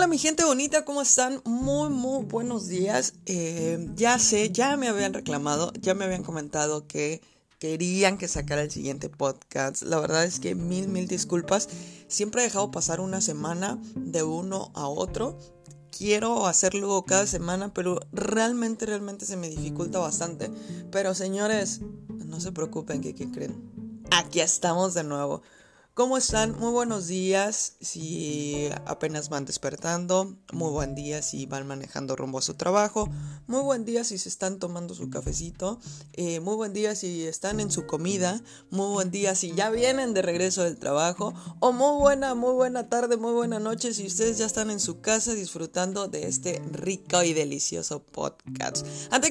Hola mi gente bonita, ¿cómo están? Muy buenos días. Ya me habían reclamado, ya me habían comentado que querían que sacara el siguiente podcast. La verdad es que mil disculpas. Siempre he dejado pasar una semana de uno a otro. Quiero hacerlo cada semana, pero realmente se me dificulta bastante. Pero señores, no se preocupen, ¿qué creen? Aquí estamos de nuevo. ¿Cómo están? Muy buenos días si apenas van despertando, muy buen día si van manejando rumbo a su trabajo, muy buen día si se están tomando su cafecito, muy buen día si están en su comida, muy buen día si ya vienen de regreso del trabajo, o muy buena tarde, muy buena noche si ustedes ya están en su casa disfrutando de este rico y delicioso podcast.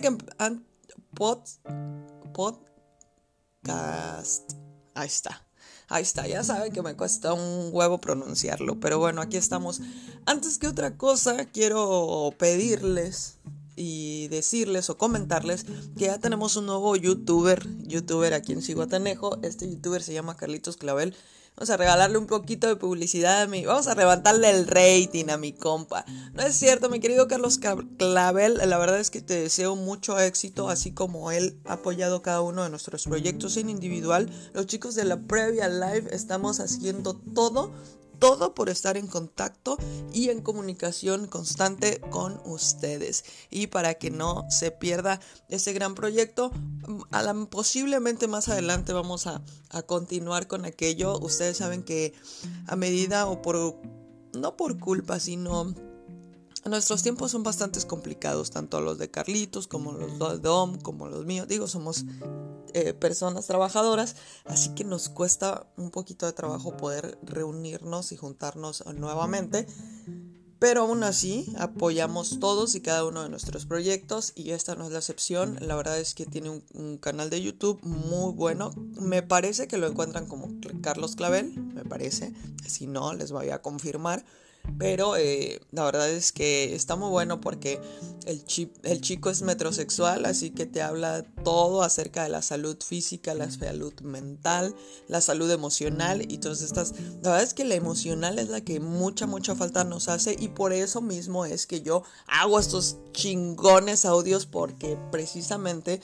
Podcast. Ahí está, ya saben que me cuesta un huevo pronunciarlo, pero bueno, aquí estamos. Antes que otra cosa, quiero pedirles y decirles o comentarles que ya tenemos un nuevo youtuber aquí en Zihuatanejo. Este youtuber se llama Carlitos Clavel. Vamos a regalarle un poquito de publicidad vamos a levantarle el rating a mi compa. No es cierto, mi querido Carlos Clavel, la verdad es que te deseo mucho éxito, así como él ha apoyado cada uno de nuestros proyectos en individual. Los chicos de la Previa Live estamos haciendo todo por estar en contacto y en comunicación constante con ustedes. Y para que no se pierda ese gran proyecto, posiblemente más adelante vamos a continuar con aquello. Ustedes saben que a medida no por culpa, sino nuestros tiempos son bastante complicados, tanto los de Carlitos como los de Dom, como los míos. Somos personas trabajadoras, así que nos cuesta un poquito de trabajo poder reunirnos y juntarnos nuevamente, pero aún así apoyamos todos y cada uno de nuestros proyectos y esta no es la excepción. La verdad es que tiene un canal de YouTube muy bueno, me parece que lo encuentran como Carlos Clavel, me parece, si no les voy a confirmar. Pero la verdad es que está muy bueno porque el chico es metrosexual, así que te habla todo acerca de la salud física, la salud mental, la salud emocional y todas estas. La verdad es que la emocional es la que mucha falta nos hace, y por eso mismo es que yo hago estos audios, porque precisamente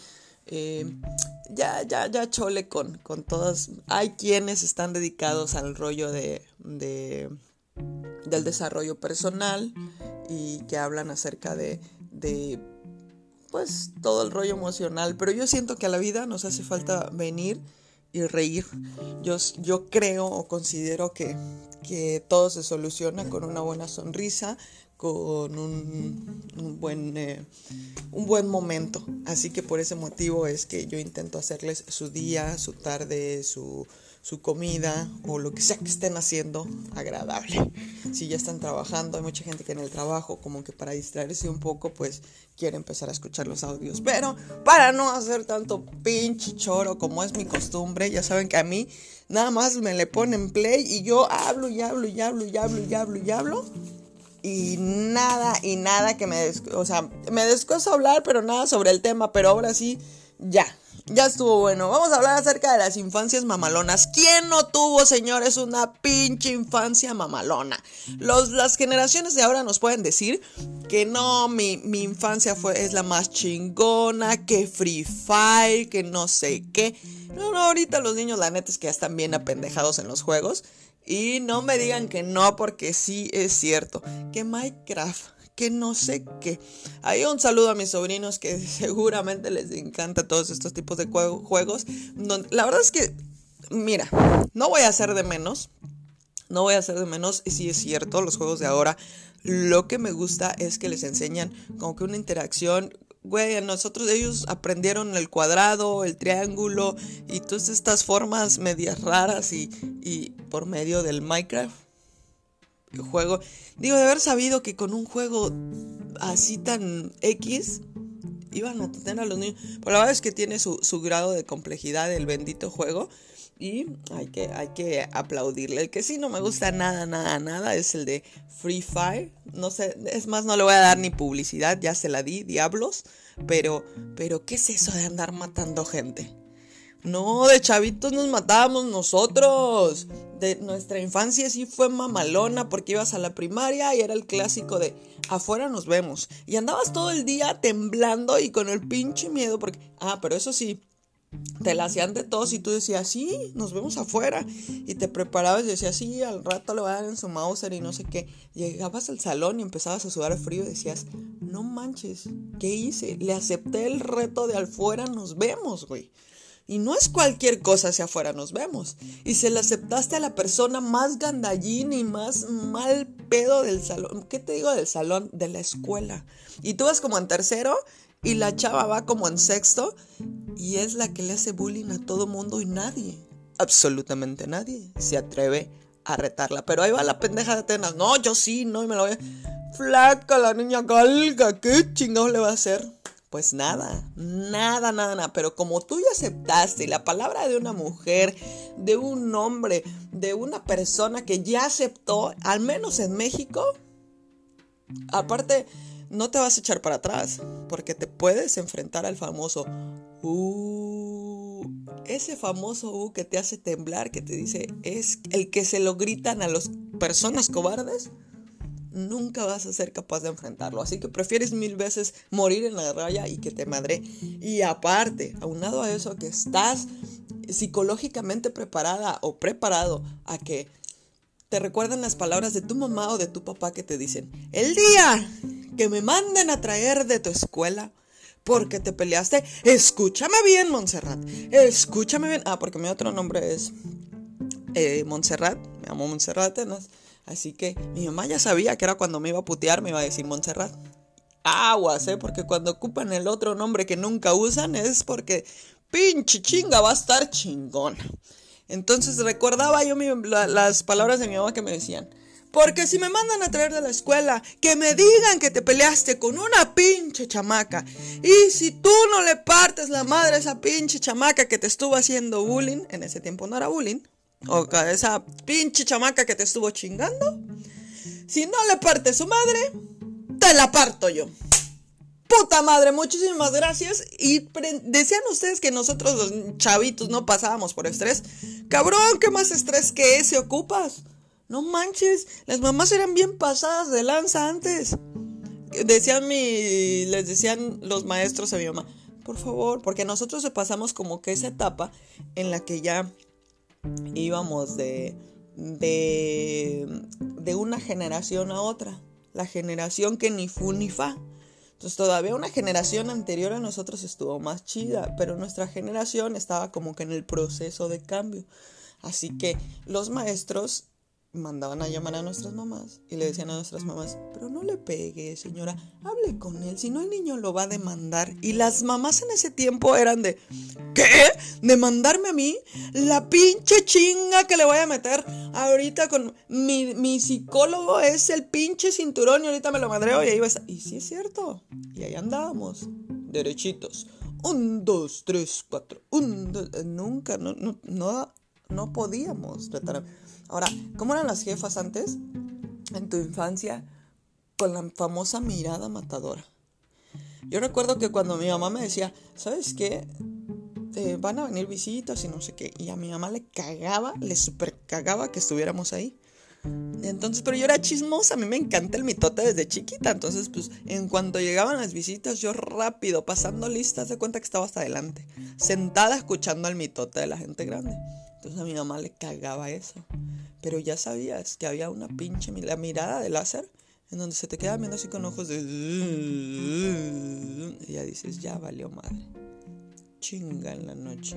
ya chole con todas. Hay quienes están dedicados al rollo del desarrollo personal y que hablan acerca de pues todo el rollo emocional, pero yo siento que a la vida nos hace falta venir y reír. Yo creo o considero que todo se soluciona con una buena sonrisa, con un buen momento. Así que por ese motivo es que yo intento hacerles su día, su tarde, su comida o lo que sea que estén haciendo agradable. Si ya están trabajando, hay mucha gente que en el trabajo, como que para distraerse un poco, pues quiere empezar a escuchar los audios. Pero para no hacer tanto pinche choro como es mi costumbre, ya saben que a mí nada más me le ponen play y yo hablo y nada que me descosa hablar, pero nada sobre el tema. Pero ahora sí, ya estuvo bueno. Vamos a hablar acerca de las infancias mamalonas. ¿Quién no tuvo, señores, una pinche infancia mamalona? Las generaciones de ahora nos pueden decir que no, mi infancia es la más chingona, que Free Fire, que no sé qué. No, ahorita los niños, la neta es que ya están bien apendejados en los juegos. Y no me digan que no, porque sí es cierto. Que Minecraft, que no sé qué. Hay un saludo a mis sobrinos que seguramente les encanta todos estos tipos de juegos. La verdad es que, mira, no voy a hacer de menos. Y sí es cierto, los juegos de ahora, lo que me gusta es que les enseñan como que una interacción. Güey, ellos aprendieron el cuadrado, el triángulo y todas estas formas medias raras y por medio del Minecraft juego. De haber sabido que con un juego así tan X iban a tener a los niños. Pero la verdad es que tiene su grado de complejidad el bendito juego. Y hay que aplaudirle. El que sí no me gusta nada es el de Free Fire. No sé, es más, no le voy a dar ni publicidad, ya se la di, diablos. Pero ¿qué es eso de andar matando gente? No, de chavitos nos matábamos nosotros. De nuestra infancia sí fue mamalona porque ibas a la primaria y era el clásico de afuera nos vemos. Y andabas todo el día temblando y con el pinche miedo porque... pero eso sí, te la hacían de todos y tú decías, sí, nos vemos afuera. Y te preparabas y decías, sí, al rato le voy a dar en su Mauser y no sé qué. Llegabas al salón y empezabas a sudar frío y decías, no manches, ¿qué hice? Le acepté el reto de afuera nos vemos, güey. Y no es cualquier cosa hacia afuera nos vemos. Y se le aceptaste a la persona más gandallín y más mal pedo del salón. ¿Qué te digo del salón? De la escuela. Y tú vas como en tercero y la chava va como en sexto y es la que le hace bullying a todo mundo y nadie, absolutamente nadie, se atreve a retarla. Pero ahí va la pendeja de Atenas. No, yo sí, no, y me lo voy a... Flaca la niña galga, ¿qué chingados le va a hacer? Pues nada. Pero como tú ya aceptaste, y la palabra de una mujer, de un hombre, de una persona que ya aceptó, al menos en México, aparte, no te vas a echar para atrás, porque te puedes enfrentar al famoso ese famoso que te hace temblar, que te dice, es el que se lo gritan a las personas cobardes. Nunca vas a ser capaz de enfrentarlo. Así que prefieres 1000 veces morir en la raya y que te madre. Y aparte, aunado a eso, que estás psicológicamente preparada o preparado a que te recuerden las palabras de tu mamá o de tu papá que te dicen, el día que me manden a traer de tu escuela porque te peleaste, escúchame bien, Montserrat, escúchame bien. Porque mi otro nombre es Montserrat, me llamo Montserrat Atenas. Así que mi mamá ya sabía que era cuando me iba a putear, me iba a decir Montserrat. Aguas, porque cuando ocupan el otro nombre que nunca usan es porque pinche chinga va a estar chingón. Entonces recordaba yo las palabras de mi mamá que me decían, porque si me mandan a traer de la escuela, que me digan que te peleaste con una pinche chamaca. Y si tú no le partes la madre a esa pinche chamaca que te estuvo haciendo bullying, en ese tiempo no era bullying, o esa pinche chamaca que te estuvo chingando, si no le partes su madre, te la parto yo. Puta madre, muchísimas gracias. Y decían ustedes que nosotros los chavitos no pasábamos por estrés. Cabrón, ¿qué más estrés que ese ocupas? No manches, las mamás eran bien pasadas de lanza antes. Les decían los maestros a mi mamá, por favor, porque nosotros pasamos como que esa etapa en la que ya íbamos de una generación a otra. La generación que ni fu ni fa. Entonces todavía una generación anterior a nosotros estuvo más chida, pero nuestra generación estaba como que en el proceso de cambio. Así que los maestros mandaban a llamar a nuestras mamás y le decían a nuestras mamás, pero no le pegue, señora, hable con él, si no el niño lo va a demandar. Y las mamás en ese tiempo eran de, ¿qué? ¿Demandarme a mí? La pinche chinga que le voy a meter ahorita con mi psicólogo es el pinche cinturón y ahorita me lo madreo y ahí va a estar. Y sí es cierto, y ahí andábamos, derechitos, 1, 2, 3, 4, 1, 2, nunca, no podíamos tratar. Ahora, ¿cómo eran las jefas antes? En tu infancia, con la famosa mirada matadora. Yo recuerdo que cuando mi mamá me decía, ¿sabes qué? Van a venir visitas y no sé qué. Y a mi mamá le super cagaba que estuviéramos ahí. Entonces, pero yo era chismosa, a mí me encanta el mitote desde chiquita. Entonces, pues, en cuanto llegaban las visitas, yo rápido, pasando listas, de cuenta que estaba hasta adelante, sentada escuchando el mitote de la gente grande. Entonces a mi mamá le cagaba eso. Pero ya sabías que había una pinche la mirada de láser en donde se te queda viendo así con ojos de... Y ya dices, ya valió madre. Chinga en la noche.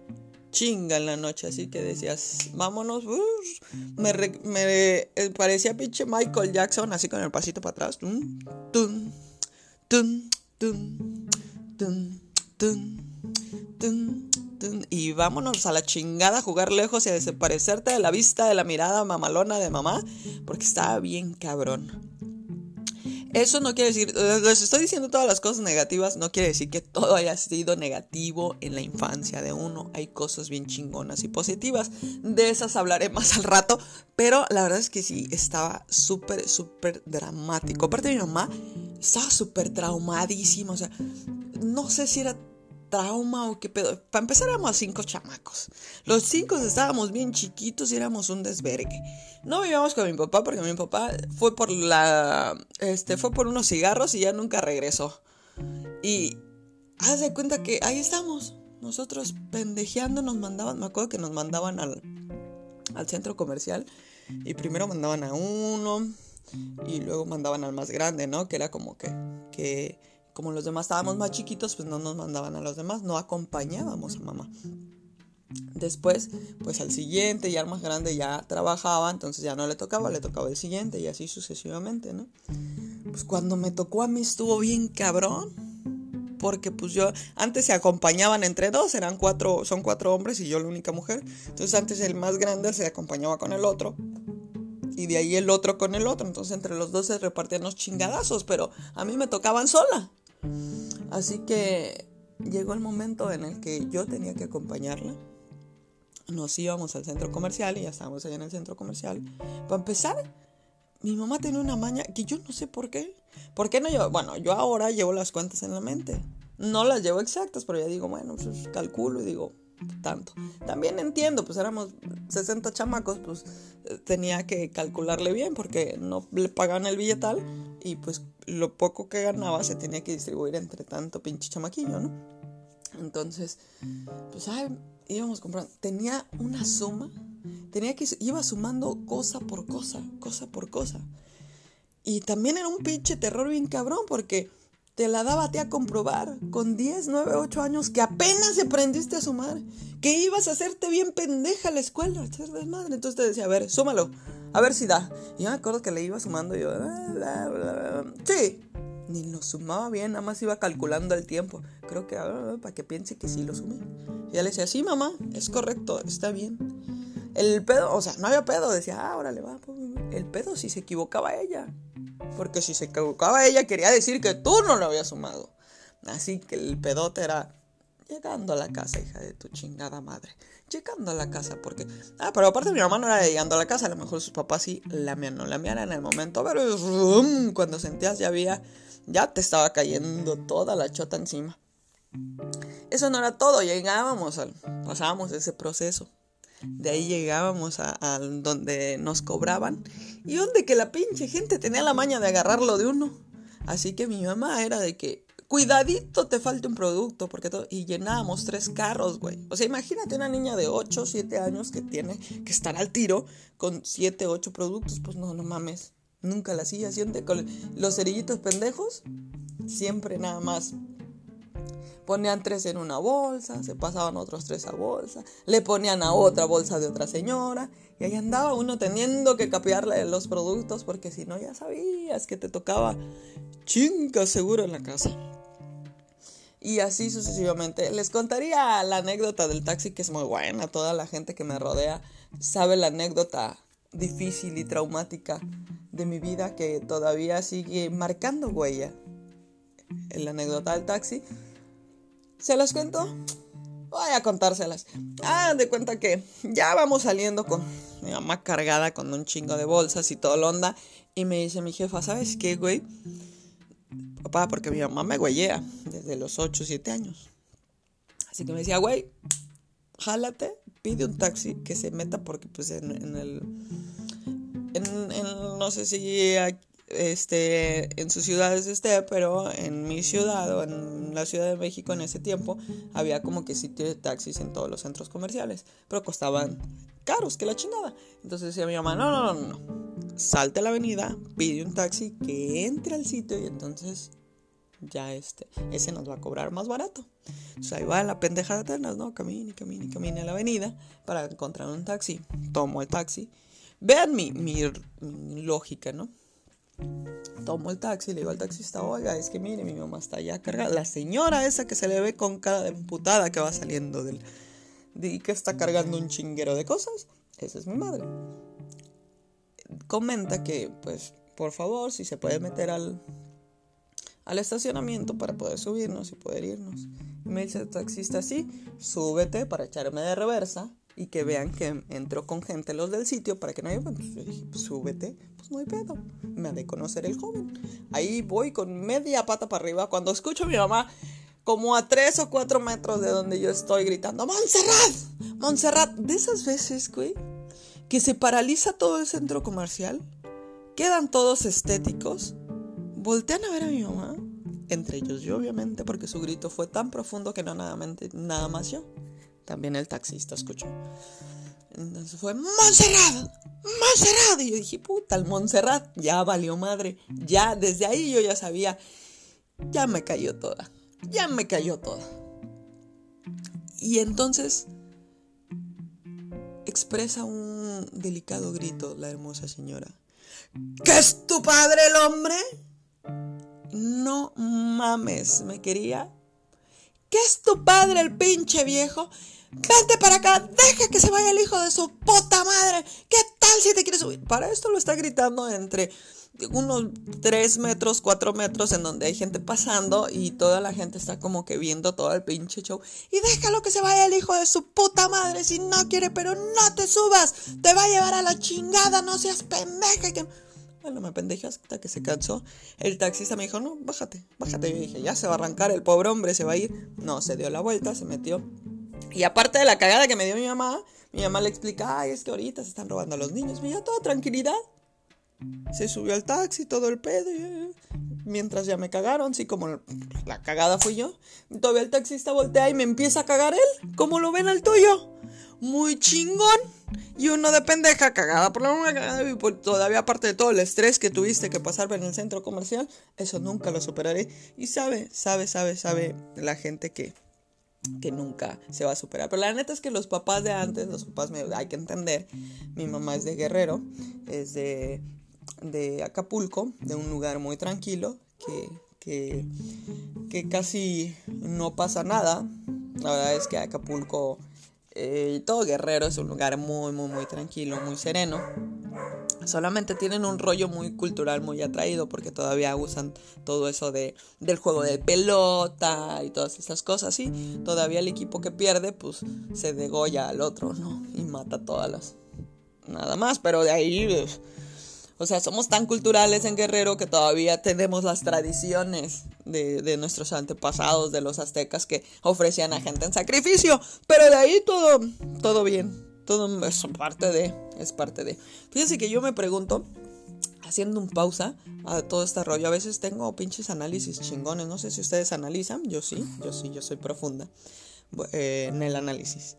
Así que decías, vámonos. Me parecía pinche Michael Jackson, así con el pasito para atrás. Tun, tun, tun, tun, tun, tun, tun. Y vámonos a la chingada a jugar lejos y a desaparecerte de la vista, de la mirada mamalona de mamá, porque estaba bien cabrón. Eso no quiere decir, les estoy diciendo todas las cosas negativas, no quiere decir que todo haya sido negativo en la infancia de uno. Hay cosas bien chingonas y positivas, de esas hablaré más al rato, pero la verdad es que sí, estaba súper dramático. Aparte mi mamá estaba súper traumadísima, o sea, no sé si era trauma o qué pedo. Para empezar éramos 5 chamacos. Los 5 estábamos bien chiquitos y éramos un desvergue. No vivíamos con mi papá porque mi papá fue por fue por unos cigarros y ya nunca regresó. Y haz de cuenta que ahí estamos. Nosotros pendejeando nos mandaban, me acuerdo que nos mandaban al centro comercial y primero mandaban a uno y luego mandaban al más grande, ¿no? Que era como que como los demás estábamos más chiquitos, pues no nos mandaban a los demás, no acompañábamos a mamá. Después, pues al siguiente, ya el más grande ya trabajaba, entonces ya no le tocaba el siguiente y así sucesivamente, ¿no? Pues cuando me tocó a mí estuvo bien cabrón, porque pues yo, antes se acompañaban entre dos, son 4 hombres y yo la única mujer, entonces antes el más grande se acompañaba con el otro, y de ahí el otro con el otro, entonces entre los dos se repartían los chingadazos, pero a mí me tocaban sola. Así que llegó el momento en el que yo tenía que acompañarla. Nos íbamos al centro comercial y ya estábamos allá en el centro comercial. Para empezar, mi mamá tenía una maña que yo no sé por qué. ¿Por qué no llevo? Bueno, yo ahora llevo las cuentas en la mente. No las llevo exactas, pero ya digo, bueno, pues calculo y digo, tanto. También entiendo, pues éramos 60 chamacos, pues tenía que calcularle bien porque no le pagaban el billetal y pues lo poco que ganaba se tenía que distribuir entre tanto pinche chamaquillo, ¿no? Entonces, pues íbamos comprando. Tenía una suma, iba sumando cosa por cosa. Y también era un pinche terror bien cabrón porque te la daba a ti a comprobar con 10, 9, 8 años que apenas aprendiste a sumar, que ibas a hacerte bien pendeja a la escuela, a hacer desmadre. Entonces te decía, a ver, súmalo, a ver si da. Y yo me acuerdo que le iba sumando y yo, sí, ni lo sumaba bien, nada más iba calculando el tiempo. Creo que para que piense que sí lo sumé. Y ya le decía, sí mamá, es correcto, está bien. El pedo, o sea, no había pedo, decía, órale va. El pedo si se equivocaba ella. Porque si se equivocaba ella quería decir que tú no lo habías sumado. Así que el pedote era llegando a la casa, hija de tu chingada madre. Llegando a la casa, porque... pero aparte mi mamá no era de llegando a la casa. A lo mejor sus papás sí no lamían en el momento. Pero cuando sentías ya te estaba cayendo toda la chota encima. Eso no era todo, pasábamos ese proceso. De ahí llegábamos a donde nos cobraban y donde que la pinche gente tenía la maña de agarrarlo de uno. Así que mi mamá era de que cuidadito te falte un producto y llenábamos 3 carros, güey. O sea, imagínate una niña de 8, 7 años que tiene que estar al tiro con 7, 8 productos. Pues no mames, nunca la hacía. Siempre con los cerillitos pendejos, siempre nada más ponían 3 en una bolsa, se pasaban otros 3 a bolsa, le ponían a otra bolsa de otra señora, y ahí andaba uno teniendo que capearle los productos, porque si no ya sabías que te tocaba chinga seguro en la casa. Y así sucesivamente. Les contaría la anécdota del taxi, que es muy buena. Toda la gente que me rodea sabe la anécdota difícil y traumática de mi vida, que todavía sigue marcando huella. La anécdota del taxi. ¿Se las cuento? Voy a contárselas. De cuenta que ya vamos saliendo con mi mamá cargada con un chingo de bolsas y todo lo onda. Y me dice mi jefa, ¿sabes qué, güey? Papá, porque mi mamá me güeyea desde los 8, 7 años. Así que me decía, güey, jálate, pide un taxi que se meta, porque pues no sé si en sus ciudades pero en mi ciudad o en la Ciudad de México en ese tiempo había como que sitio de taxis en todos los centros comerciales, pero costaban caros que la chingada. Entonces decía mi mamá, no, salte a la avenida, pide un taxi que entre al sitio y entonces ya ese nos va a cobrar más barato. Entonces ahí va la pendeja de Atenas, ¿no? Camine a la avenida para encontrar un taxi. Tomo el taxi. Vean mi lógica, ¿no? Tomo el taxi, le digo al taxista, oiga, es que mire, mi mamá está ya cargada. La señora esa que se le ve con cara de emputada que va saliendo y que está cargando un chinguero de cosas, esa es mi madre. Comenta que, pues, por favor, si se puede meter al estacionamiento para poder subirnos y poder irnos. Y me dice el taxista, sí, súbete para echarme de reversa y que vean que entro con gente los del sitio para que no haya... Pues yo dije, pues súbete, pues no hay pedo. Me ha de conocer el joven. Ahí voy con media pata para arriba. Cuando escucho a mi mamá como a 3 o 4 metros de donde yo estoy gritando, ¡Montserrat! ¡Montserrat! De esas veces, güey, que se paraliza todo el centro comercial, quedan todos estéticos, voltean a ver a mi mamá, entre ellos yo obviamente, porque su grito fue tan profundo que no nada más yo, también el taxista escuchó. Entonces fue ¡Montserrat! ¡Montserrat! Y yo dije, puta, el Montserrat, ya valió madre. Ya, desde ahí yo ya sabía, ya me cayó toda. Y entonces expresa un delicado grito la hermosa señora. ¿Qué es tu padre el hombre? No mames, me quería. ¿Qué es tu padre el pinche viejo? Vente para acá, deja que se vaya el hijo de su puta madre. ¿Qué tal si te quieres subir? Para esto lo está gritando entre unos 3 metros, 4 metros, en donde hay gente pasando y toda la gente está como que viendo todo el pinche show. Y déjalo que se vaya el hijo de su puta madre si no quiere, pero no te subas. Te va a llevar a la chingada, no seas pendeja. Bueno, me pendejé hasta que se cansó. El taxista me dijo, no, bájate. Yo dije, ya se va a arrancar el pobre hombre, se va a ir. No, se dio la vuelta, se metió. Y aparte de la cagada que me dio mi mamá le explica, ay, es que ahorita se están robando a los niños. Y ya toda tranquilidad. Se subió al taxi, todo el pedo. Mientras ya me cagaron, sí, como la cagada fui yo. Y todavía el taxista voltea y me empieza a cagar él. ¿Cómo lo ven al tuyo? Muy chingón. Y uno de pendeja cagada por la una cagada. Y todavía aparte de todo el estrés que tuviste que pasar en el centro comercial, eso nunca lo superaré. Y sabe la gente que nunca se va a superar. Pero la neta es que los papás de antes, hay que entender, mi mamá es de Guerrero, es de Acapulco, de un lugar muy tranquilo, que casi no pasa nada. La verdad es que Acapulco, todo Guerrero es un lugar muy, muy, muy tranquilo, muy sereno. Solamente tienen un rollo muy cultural, muy atraído, porque todavía usan todo eso del juego de pelota y todas esas cosas. Y todavía el equipo que pierde, pues se degolla al otro, ¿no? Y mata todas las... Nada más, pero de ahí... O sea, somos tan culturales en Guerrero que todavía tenemos las tradiciones de nuestros antepasados, de los aztecas, que ofrecían a gente en sacrificio. Pero de ahí todo bien. Todo es parte de. Fíjense que yo me pregunto, haciendo un pausa a todo este rollo, a veces tengo pinches análisis chingones. No sé si ustedes analizan. Yo sí, yo soy profunda en el análisis.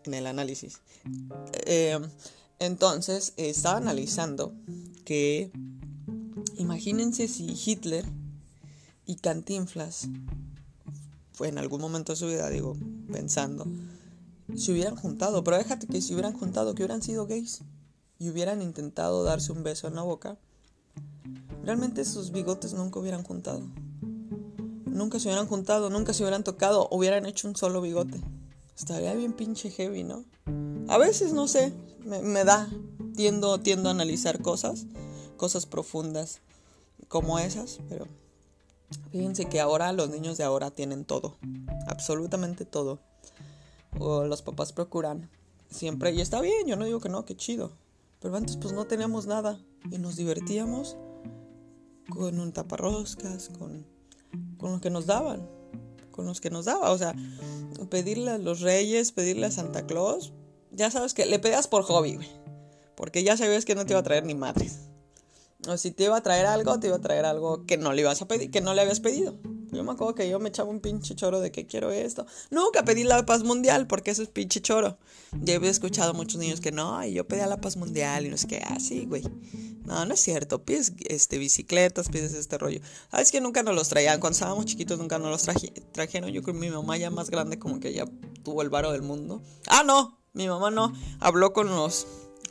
Entonces, estaba analizando que imagínense si Hitler y Cantinflas, fue en algún momento de su vida, pensando, se hubieran juntado, pero déjate que se hubieran juntado, que hubieran sido gays y hubieran intentado darse un beso en la boca, realmente sus bigotes nunca hubieran juntado. Nunca se hubieran juntado, nunca se hubieran tocado, hubieran hecho un solo bigote. Estaría bien pinche heavy, ¿no? A veces, no sé, me da, tiendo a analizar cosas profundas como esas, pero fíjense que ahora los niños de ahora tienen todo, absolutamente todo. O los papás procuran siempre, y está bien, yo no digo que no, qué chido, pero antes pues no teníamos nada y nos divertíamos con un taparroscas, con lo que nos daban, o sea, pedirle a los reyes, pedirle a Santa Claus, ya sabes que le pedías por hobby, güey, porque ya sabías que no te iba a traer ni madres, o si te iba a traer algo que no le ibas a pedir, que no le habías pedido. Yo me acuerdo que yo me echaba un pinche choro de que quiero esto. Nunca pedí la paz mundial porque eso es pinche choro. Ya había escuchado a muchos niños que no, y yo pedía la paz mundial y no sé qué, sí, güey. No es cierto, pides bicicletas, pides este rollo. ¿Sabes que nunca nos los traían? Cuando estábamos chiquitos nunca nos los trajeron. Yo creo que mi mamá ya más grande como que ya tuvo el varo del mundo. No, mi mamá no. Habló con los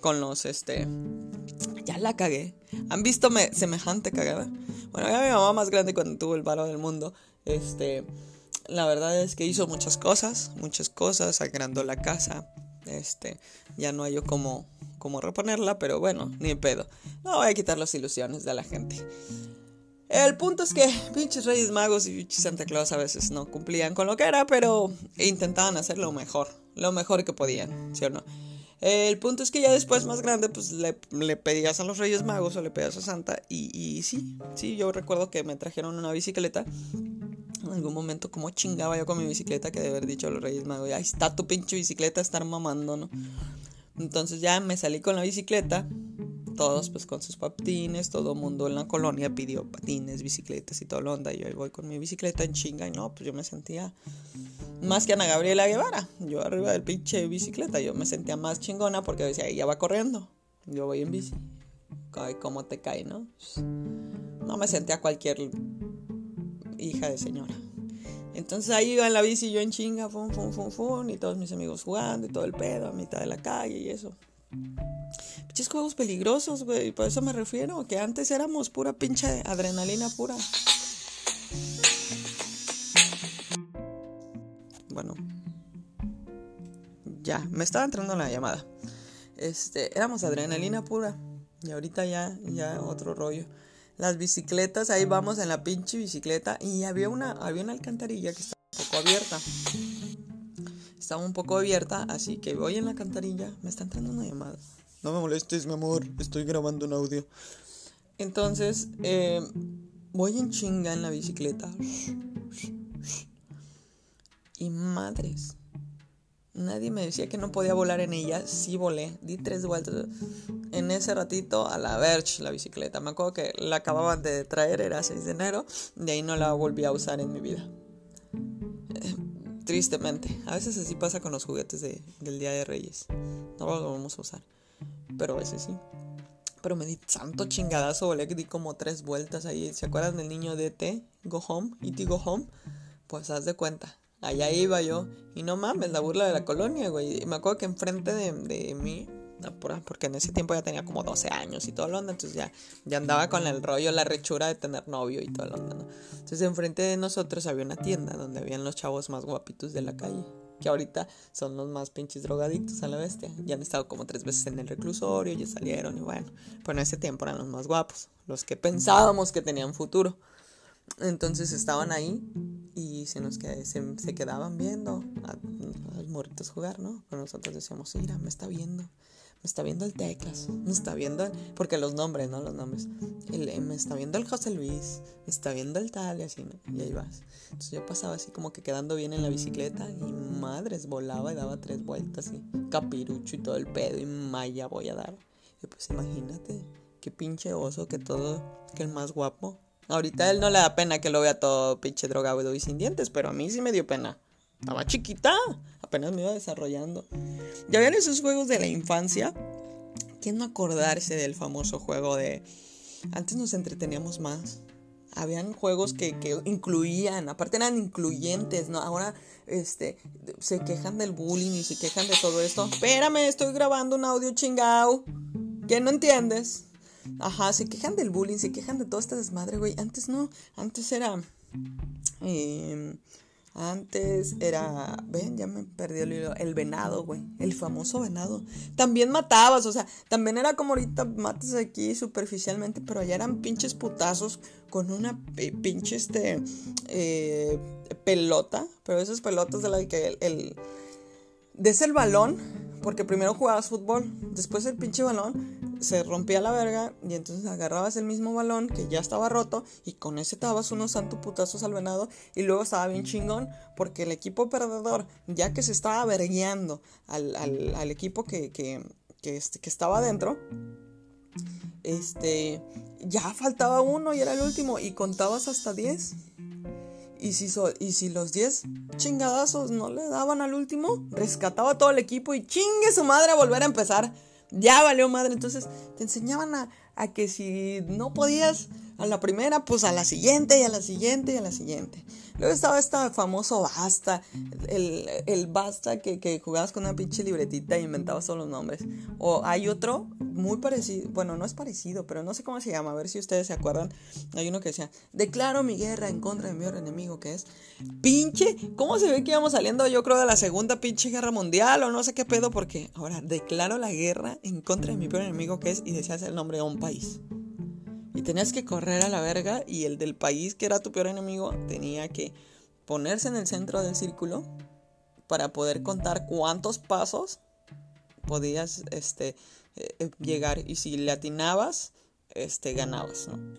ya la cagué. ¿Han visto semejante cagada? Bueno, ya mi mamá más grande cuando tuvo el varo del mundo, la verdad es que hizo muchas cosas, agrandó la casa, ya no hay yo cómo reponerla, pero bueno, ni pedo. No voy a quitar las ilusiones de la gente. El punto es que pinches Reyes Magos y pinches Santa Claus a veces no cumplían con lo que era, pero intentaban hacer lo mejor que podían, ¿sí o no? El punto es que ya después, más grande, pues le pedías a los Reyes Magos o le pedías a Santa. Y sí, yo recuerdo que me trajeron una bicicleta algún momento cómo chingaba yo con mi bicicleta, que de haber dicho a los Reyes Magos, ahí está tu pinche bicicleta, estar mamando, ¿no? Entonces ya me salí con la bicicleta, todos pues con sus patines, todo el mundo en la colonia pidió patines, bicicletas y toda la onda, y yo ahí voy con mi bicicleta en chinga, y no, pues yo me sentía más que Ana Gabriela Guevara, yo arriba del pinche bicicleta, yo me sentía más chingona porque decía, ella va corriendo, yo voy en bici, ay, cómo te cae, ¿no? No me sentía cualquier hija de señora. Entonces ahí iba en la bici yo en chinga, fum, fum, fum, fum, y todos mis amigos jugando y todo el pedo a mitad de la calle y eso. Pinches juegos peligrosos, güey, por eso me refiero, que antes éramos pura pinche adrenalina pura. Bueno, ya, me estaba entrando la llamada. Éramos adrenalina pura y ahorita ya otro rollo. Las bicicletas, ahí vamos en la pinche bicicleta y había una alcantarilla que estaba un poco abierta. Estaba un poco abierta, así que voy en la alcantarilla. Me está entrando una llamada. No me molestes, mi amor, estoy grabando un audio. Entonces, voy en chinga en la bicicleta. Y madres, nadie me decía que no podía volar en ella. Sí volé, di 3 vueltas. En ese ratito a la verge la bicicleta. Me acuerdo que la acababan de traer, era 6 de enero. De ahí no la volví a usar en mi vida. Tristemente. A veces así pasa con los juguetes del Día de Reyes. No los vamos a usar. Pero a veces sí. Pero me di tanto chingadazo, volé que di como 3 vueltas ahí. ¿Se acuerdan del niño de E.T. Go Home? E.T. Go Home. Pues haz de cuenta. Allá iba yo. Y no mames, la burla de la colonia, güey. Y me acuerdo que enfrente de mí, porque en ese tiempo ya tenía como 12 años y todo lo onda. Entonces ya andaba con el rollo, la rechura de tener novio y todo lo onda, ¿no? Entonces enfrente de nosotros había una tienda donde habían los chavos más guapitos de la calle, que ahorita son los más pinches drogadictos a la bestia. Ya han estado como 3 veces en el reclusorio, ya salieron y bueno. Pero en ese tiempo eran los más guapos, los que pensábamos que tenían futuro. Entonces estaban ahí y se quedaban viendo a los morritos jugar, ¿no? Pero nosotros decíamos, mira, me está viendo el Teclas, me está viendo, porque los nombres, ¿no? Los nombres, me está viendo el José Luis, me está viendo el tal y así, ¿no? Y ahí vas. Entonces yo pasaba así como que quedando bien en la bicicleta y madres, volaba y daba 3 vueltas y capirucho y todo el pedo y maya voy a dar. Y pues imagínate, qué pinche oso, que el más guapo. Ahorita a él no le da pena que lo vea todo pinche drogado y sin dientes, pero a mí sí me dio pena. Estaba chiquita, apenas me iba desarrollando. ¿Ya ven esos juegos de la infancia? ¿Quién no acordarse del famoso juego de... Antes nos entreteníamos más. Habían juegos que incluían, aparte eran incluyentes, ¿no? Ahora se quejan del bullying y se quejan de todo esto. Espérame, estoy grabando un audio chingao. ¿Qué no entiendes? Ajá, se quejan del bullying, se quejan de toda esta desmadre, güey. Antes no, antes era... ven, ya me perdí el hilo. El venado, güey, el famoso venado. También matabas, o sea, también era como ahorita matas aquí superficialmente, pero allá eran pinches putazos con una pinche pelota. Pero esas pelotas de la que des el balón, porque primero jugabas fútbol, después el pinche balón se rompía la verga y entonces agarrabas el mismo balón que ya estaba roto y con ese te dabas unos santos putazos al venado y luego estaba bien chingón porque el equipo perdedor, ya que se estaba vergueando al equipo que estaba adentro, ya faltaba uno y era el último y contabas hasta 10. Y si los 10 chingadazos no le daban al último, rescataba todo el equipo y chingue su madre a volver a empezar. Ya valió madre. Entonces te enseñaban a que si no podías a la primera, pues a la siguiente y a la siguiente y a la siguiente. Luego estaba este famoso Basta, el Basta que jugabas con una pinche libretita e inventabas todos los nombres. O hay otro muy parecido, bueno, no es parecido, pero no sé cómo se llama, a ver si ustedes se acuerdan. Hay uno que decía, declaro mi guerra en contra de mi peor enemigo, que es pinche, ¿cómo se ve que íbamos saliendo? Yo creo de la segunda pinche guerra mundial o no sé qué pedo, porque ahora declaro la guerra en contra de mi peor enemigo, que es, y decías el nombre de un país. Y tenías que correr a la verga y el del país que era tu peor enemigo tenía que ponerse en el centro del círculo para poder contar cuántos pasos podías llegar. Y si le atinabas, ganabas, ¿no?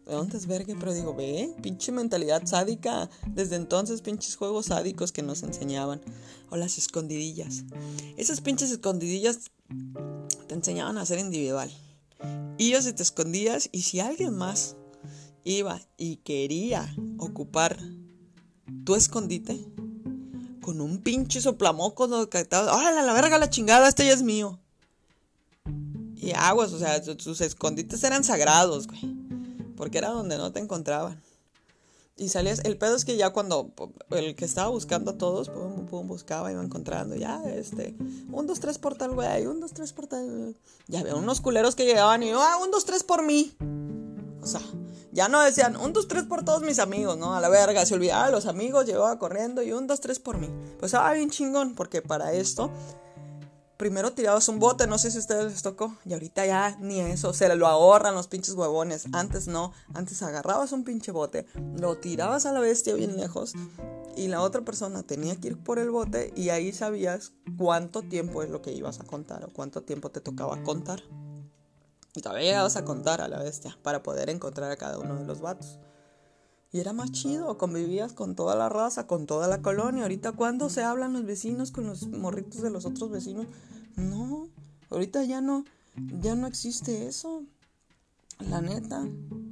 desvergue, pero digo, pinche mentalidad sádica. Desde entonces, pinches juegos sádicos que nos enseñaban. O las escondidillas. Esas pinches escondidillas te enseñaban a ser individual. Ibas y te escondías, y si alguien más iba y quería ocupar tu escondite, con un pinche soplamoco, ¡órale, a la verga, la chingada, este ya es mío! Y aguas, o sea, sus escondites eran sagrados, güey, porque era donde no te encontraban. Y salías, el pedo es que ya cuando el que estaba buscando a todos, pum, buscaba, iba encontrando, 1, 2, 3 por tal, güey, 1, 2, 3 por tal. Ya había unos culeros que llegaban y 1, 2, 3 por mí. O sea, ya no decían 1, 2, 3 por todos mis amigos, ¿no? A la verga, se olvidaba de los amigos, llegaba corriendo y 1, 2, 3 por mí. Pues estaba bien chingón, porque para esto primero tirabas un bote, no sé si a ustedes les tocó, y ahorita ya ni eso, se lo ahorran los pinches huevones. Antes no, antes agarrabas un pinche bote, lo tirabas a la bestia bien lejos, y la otra persona tenía que ir por el bote, y ahí sabías cuánto tiempo es lo que ibas a contar, o cuánto tiempo te tocaba contar. Y todavía llegabas a contar a la bestia, para poder encontrar a cada uno de los vatos. Y era más chido, convivías con toda la raza, con toda la colonia. Ahorita, ¿cuándo se hablan los vecinos con los morritos de los otros vecinos? No, ahorita ya no existe eso, la neta.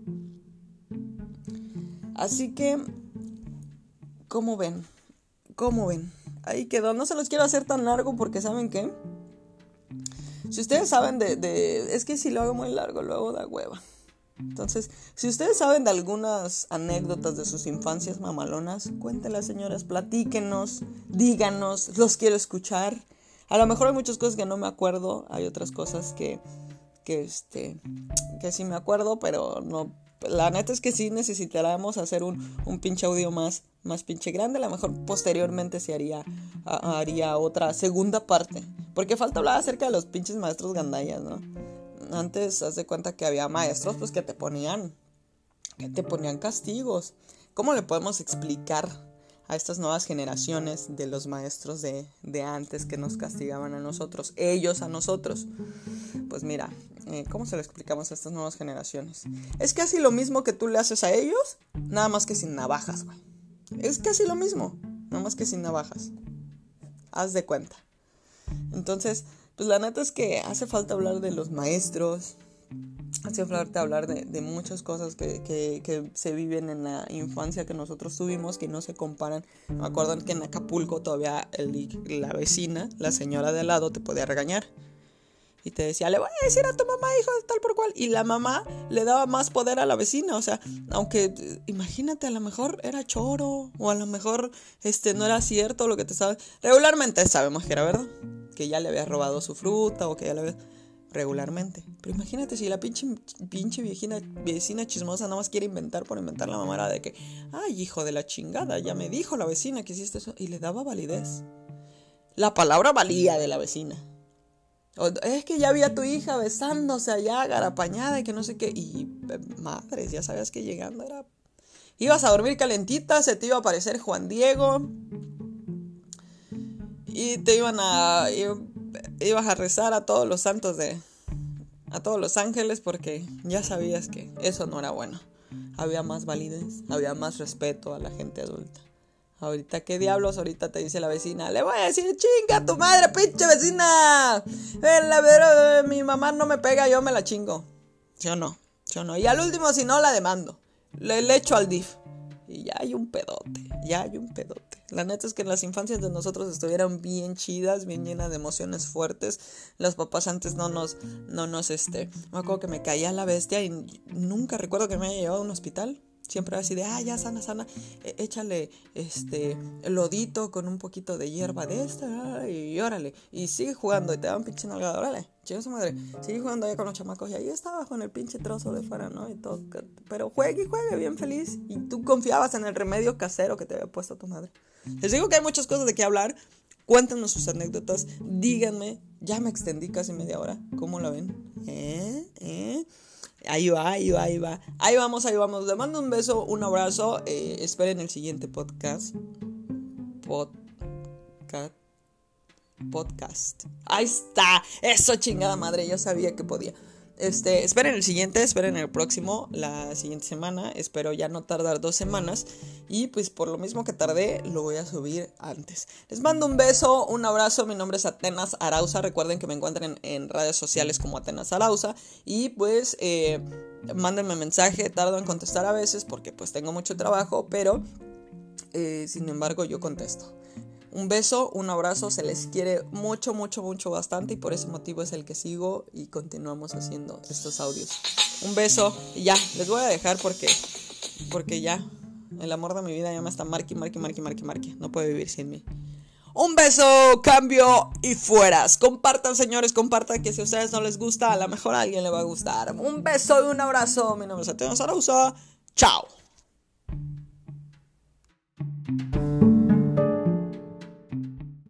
Así que, ¿cómo ven? Ahí quedó, no se los quiero hacer tan largo porque ¿saben qué? Si ustedes saben es que si lo hago muy largo, luego da hueva. Entonces, si ustedes saben de algunas anécdotas de sus infancias mamalonas, cuéntenlas, señoras, platíquenos, díganos, los quiero escuchar. A lo mejor hay muchas cosas que no me acuerdo, hay otras cosas que sí me acuerdo, pero no. La neta es que sí necesitaríamos hacer un pinche audio más pinche grande. A lo mejor posteriormente se haría otra segunda parte, porque falta hablar acerca de los pinches maestros gandallas, ¿no? Antes, haz de cuenta que había maestros pues que te ponían castigos. ¿Cómo le podemos explicar a estas nuevas generaciones de los maestros de antes que nos castigaban a nosotros, ellos a nosotros? Pues mira, ¿cómo se lo explicamos a estas nuevas generaciones? Es casi lo mismo que tú le haces a ellos, nada más que sin navajas, güey. Es casi lo mismo, nada más que sin navajas. Haz de cuenta. Entonces, pues la neta es que hace falta hablar de los maestros, hace falta hablar de muchas cosas que se viven en la infancia que nosotros tuvimos, que no se comparan. Me acuerdo que en Acapulco todavía la vecina, la señora de al lado, te podía regañar. Y te decía, le voy a decir a tu mamá, hijo de tal por cual. Y la mamá le daba más poder a la vecina. O sea, aunque, imagínate, a lo mejor era choro, o a lo mejor no era cierto lo que te estaba. Regularmente sabemos que era verdad, que ya le había robado su fruta, o que ya le había. Regularmente. Pero imagínate si la pinche vecina chismosa nada más quiere inventar por inventar. La mamá era de que, ay, hijo de la chingada, ya me dijo la vecina que hiciste eso. Y le daba validez. La palabra valía de la vecina. Es que ya vi a tu hija besándose allá, garapañada y que no sé qué. Y madres, ya sabías que llegando era. Ibas a dormir calentita, se te iba a aparecer Juan Diego. Y te ibas a rezar a todos los santos a todos los ángeles, porque ya sabías que eso no era bueno. Había más validez, había más respeto a la gente adulta. Ahorita, ¿qué diablos? Ahorita te dice la vecina, le voy a decir, chinga tu madre, pinche vecina. Mi mamá no me pega, yo me la chingo. Yo no. Y al último, si no, la demando. Le echo al DIF. Y ya hay un pedote. La neta es que las infancias de nosotros estuvieron bien chidas, bien llenas de emociones fuertes. Los papás antes no nos, me acuerdo que me caía la bestia y nunca recuerdo que me haya llevado a un hospital. Siempre así de, ya sana, échale lodito con un poquito de hierba de esta, y órale, y sigue jugando, y te da un pinche nalgada, órale, chica su madre, sigue jugando allá con los chamacos, y ahí estaba con el pinche trozo de fuera, ¿no? Y todo, pero juegue, bien feliz, y tú confiabas en el remedio casero que te había puesto tu madre. Les digo que hay muchas cosas de qué hablar. Cuéntanos sus anécdotas, díganme, ya me extendí casi media hora, ¿cómo la ven? Ahí va. Ahí vamos. Les mando un beso, un abrazo. Esperen el siguiente podcast. Podcast. Ahí está. Eso, chingada madre. Yo sabía que podía. Esperen el siguiente, esperen el próximo, la siguiente semana. Espero ya no tardar 2 semanas. Y pues por lo mismo que tardé, lo voy a subir antes. Les mando un beso, un abrazo. Mi nombre es Atenas Arauza. Recuerden que me encuentran en redes sociales como Atenas Arauza. Y pues mándenme mensaje. Tardo en contestar a veces porque pues tengo mucho trabajo. Pero sin embargo yo contesto. Un beso, un abrazo, se les quiere mucho, mucho, mucho, bastante, y por ese motivo es el que sigo y continuamos haciendo estos audios. Un beso y ya, les voy a dejar porque ya, el amor de mi vida ya me está marque. No puede vivir sin mí. Un beso, cambio y fueras. Compartan, señores, compartan, que si a ustedes no les gusta, a lo mejor a alguien le va a gustar. Un beso y un abrazo. Mi nombre es Atenas Arauza. Chao.